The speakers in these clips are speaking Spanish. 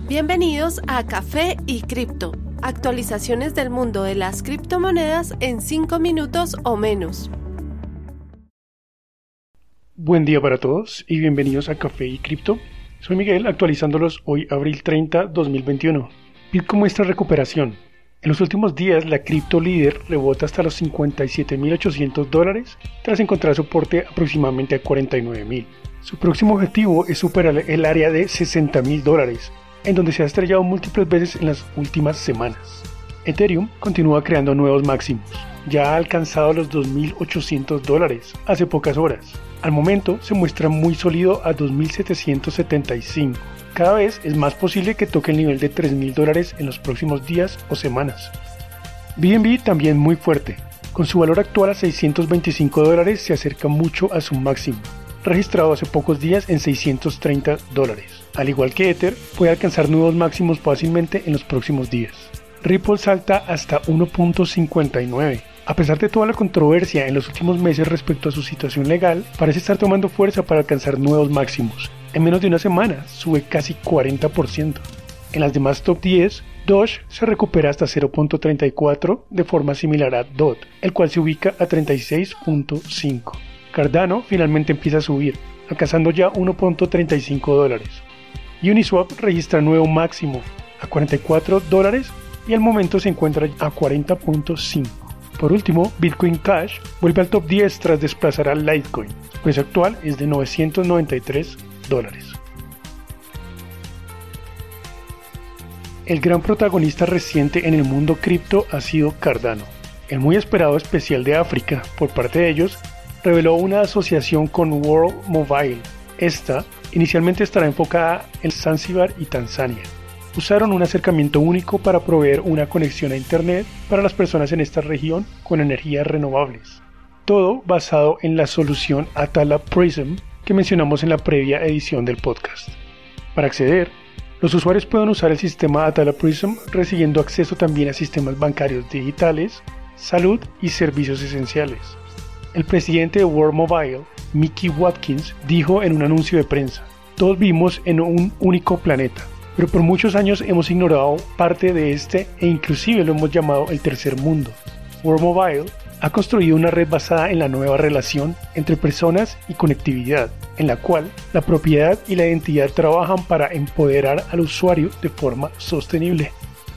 Bienvenidos a Café y Cripto, actualizaciones del mundo de las criptomonedas en 5 minutos o menos. Buen día para todos y bienvenidos a Café y Cripto. Soy Miguel, actualizándolos hoy abril 30, 2021. Bitcoin muestra recuperación. En los últimos días la cripto líder rebota hasta los $57.800 tras encontrar soporte aproximadamente a $49.000. Su próximo objetivo es superar el área de $60.000, en donde se ha estrellado múltiples veces en las últimas semanas. Ethereum continúa creando nuevos máximos. Ya ha alcanzado los $2.800 hace pocas horas. Al momento se muestra muy sólido a $2.775. Cada vez es más posible que toque el nivel de $3.000 en los próximos días o semanas. BNB también muy fuerte. Con su valor actual a $625 se acerca mucho a su máximo, registrado hace pocos días en $630. Al igual que Ether, puede alcanzar nuevos máximos fácilmente en los próximos días. Ripple salta hasta 1.59. A pesar de toda la controversia en los últimos meses respecto a su situación legal, parece estar tomando fuerza para alcanzar nuevos máximos. En menos de una semana, sube casi 40%. En las demás top 10, Doge se recupera hasta 0.34 de forma similar a DOT, el cual se ubica a 36.5. Cardano finalmente empieza a subir, alcanzando ya $1.35. Uniswap registra nuevo máximo a $44 y al momento se encuentra a 40.5. Por último, Bitcoin Cash vuelve al top 10 tras desplazar al Litecoin. Su precio actual es de $993. El gran protagonista reciente en el mundo cripto ha sido Cardano. El muy esperado especial de África, por parte de ellos, reveló una asociación con World Mobile. Esta inicialmente estará enfocada en Zanzíbar y Tanzania. Usaron un acercamiento único para proveer una conexión a Internet para las personas en esta región con energías renovables. Todo basado en la solución Atala Prism que mencionamos en la previa edición del podcast. Para acceder, los usuarios pueden usar el sistema Atala Prism recibiendo acceso también a sistemas bancarios digitales, salud y servicios esenciales. El presidente de World Mobile, Mickey Watkins, dijo en un anuncio de prensa: "Todos vivimos en un único planeta, pero por muchos años hemos ignorado parte de este e inclusive lo hemos llamado el tercer mundo. World Mobile ha construido una red basada en la nueva relación entre personas y conectividad, en la cual la propiedad y la identidad trabajan para empoderar al usuario de forma sostenible".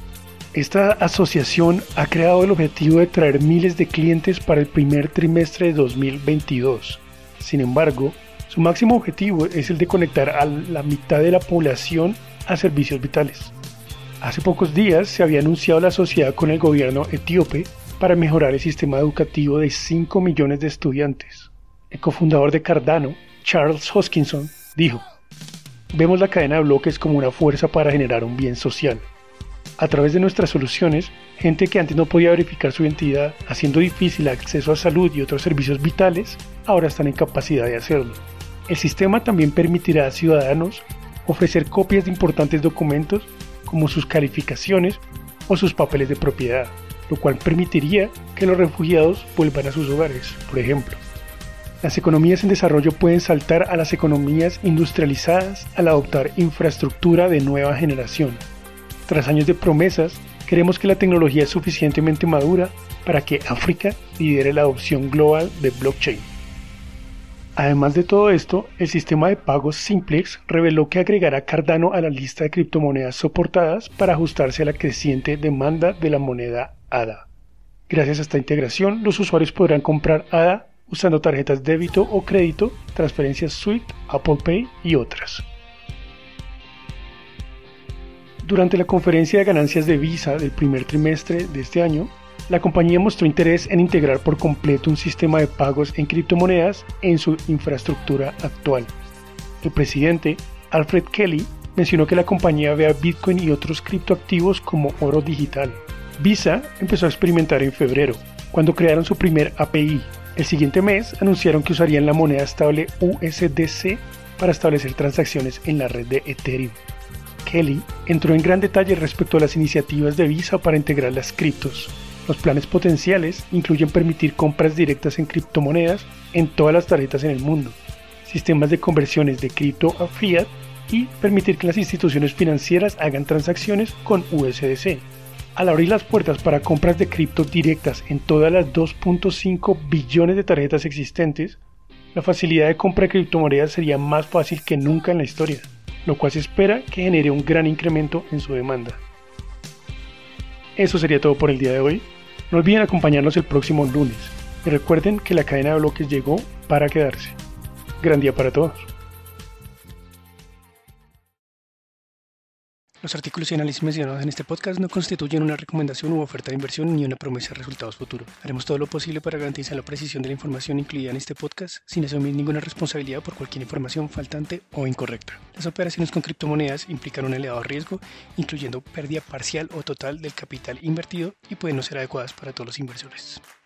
Esta asociación ha creado el objetivo de traer miles de clientes para el primer trimestre de 2022. Sin embargo, su máximo objetivo es el de conectar a la mitad de la población a servicios vitales. Hace pocos días se había anunciado la sociedad con el gobierno etíope para mejorar el sistema educativo de 5 millones de estudiantes. El cofundador de Cardano, Charles Hoskinson, dijo: "Vemos la cadena de bloques como una fuerza para generar un bien social. A través de nuestras soluciones, gente que antes no podía verificar su identidad, haciendo difícil el acceso a salud y otros servicios vitales, ahora están en capacidad de hacerlo. El sistema también permitirá a ciudadanos ofrecer copias de importantes documentos como sus calificaciones o sus papeles de propiedad, lo cual permitiría que los refugiados vuelvan a sus hogares, por ejemplo. Las economías en desarrollo pueden saltar a las economías industrializadas al adoptar infraestructura de nueva generación. Tras años de promesas, creemos que la tecnología es suficientemente madura para que África lidere la adopción global de blockchain". Además de todo esto, el sistema de pagos Simplex reveló que agregará Cardano a la lista de criptomonedas soportadas para ajustarse a la creciente demanda de la moneda ADA. Gracias a esta integración, los usuarios podrán comprar ADA usando tarjetas débito o crédito, transferencias SWIFT, Apple Pay y otras. Durante la conferencia de ganancias de Visa del primer trimestre de este año, la compañía mostró interés en integrar por completo un sistema de pagos en criptomonedas en su infraestructura actual. El presidente, Alfred Kelly, mencionó que la compañía ve a Bitcoin y otros criptoactivos como oro digital. Visa empezó a experimentar en febrero, cuando crearon su primer API. El siguiente mes anunciaron que usarían la moneda estable USDC para establecer transacciones en la red de Ethereum. Kelly entró en gran detalle respecto a las iniciativas de Visa para integrar las criptos. Los planes potenciales incluyen permitir compras directas en criptomonedas en todas las tarjetas en el mundo, sistemas de conversiones de cripto a fiat y permitir que las instituciones financieras hagan transacciones con USDC. Al abrir las puertas para compras de cripto directas en todas las 2.5 billones de tarjetas existentes, la facilidad de compra de criptomonedas sería más fácil que nunca en la historia, lo cual se espera que genere un gran incremento en su demanda. Eso sería todo por el día de hoy. No olviden acompañarnos el próximo lunes y recuerden que la cadena de bloques llegó para quedarse. Gran día para todos. Los artículos y análisis mencionados en este podcast no constituyen una recomendación u oferta de inversión ni una promesa de resultados futuros. Haremos todo lo posible para garantizar la precisión de la información incluida en este podcast sin asumir ninguna responsabilidad por cualquier información faltante o incorrecta. Las operaciones con criptomonedas implican un elevado riesgo, incluyendo pérdida parcial o total del capital invertido y pueden no ser adecuadas para todos los inversores.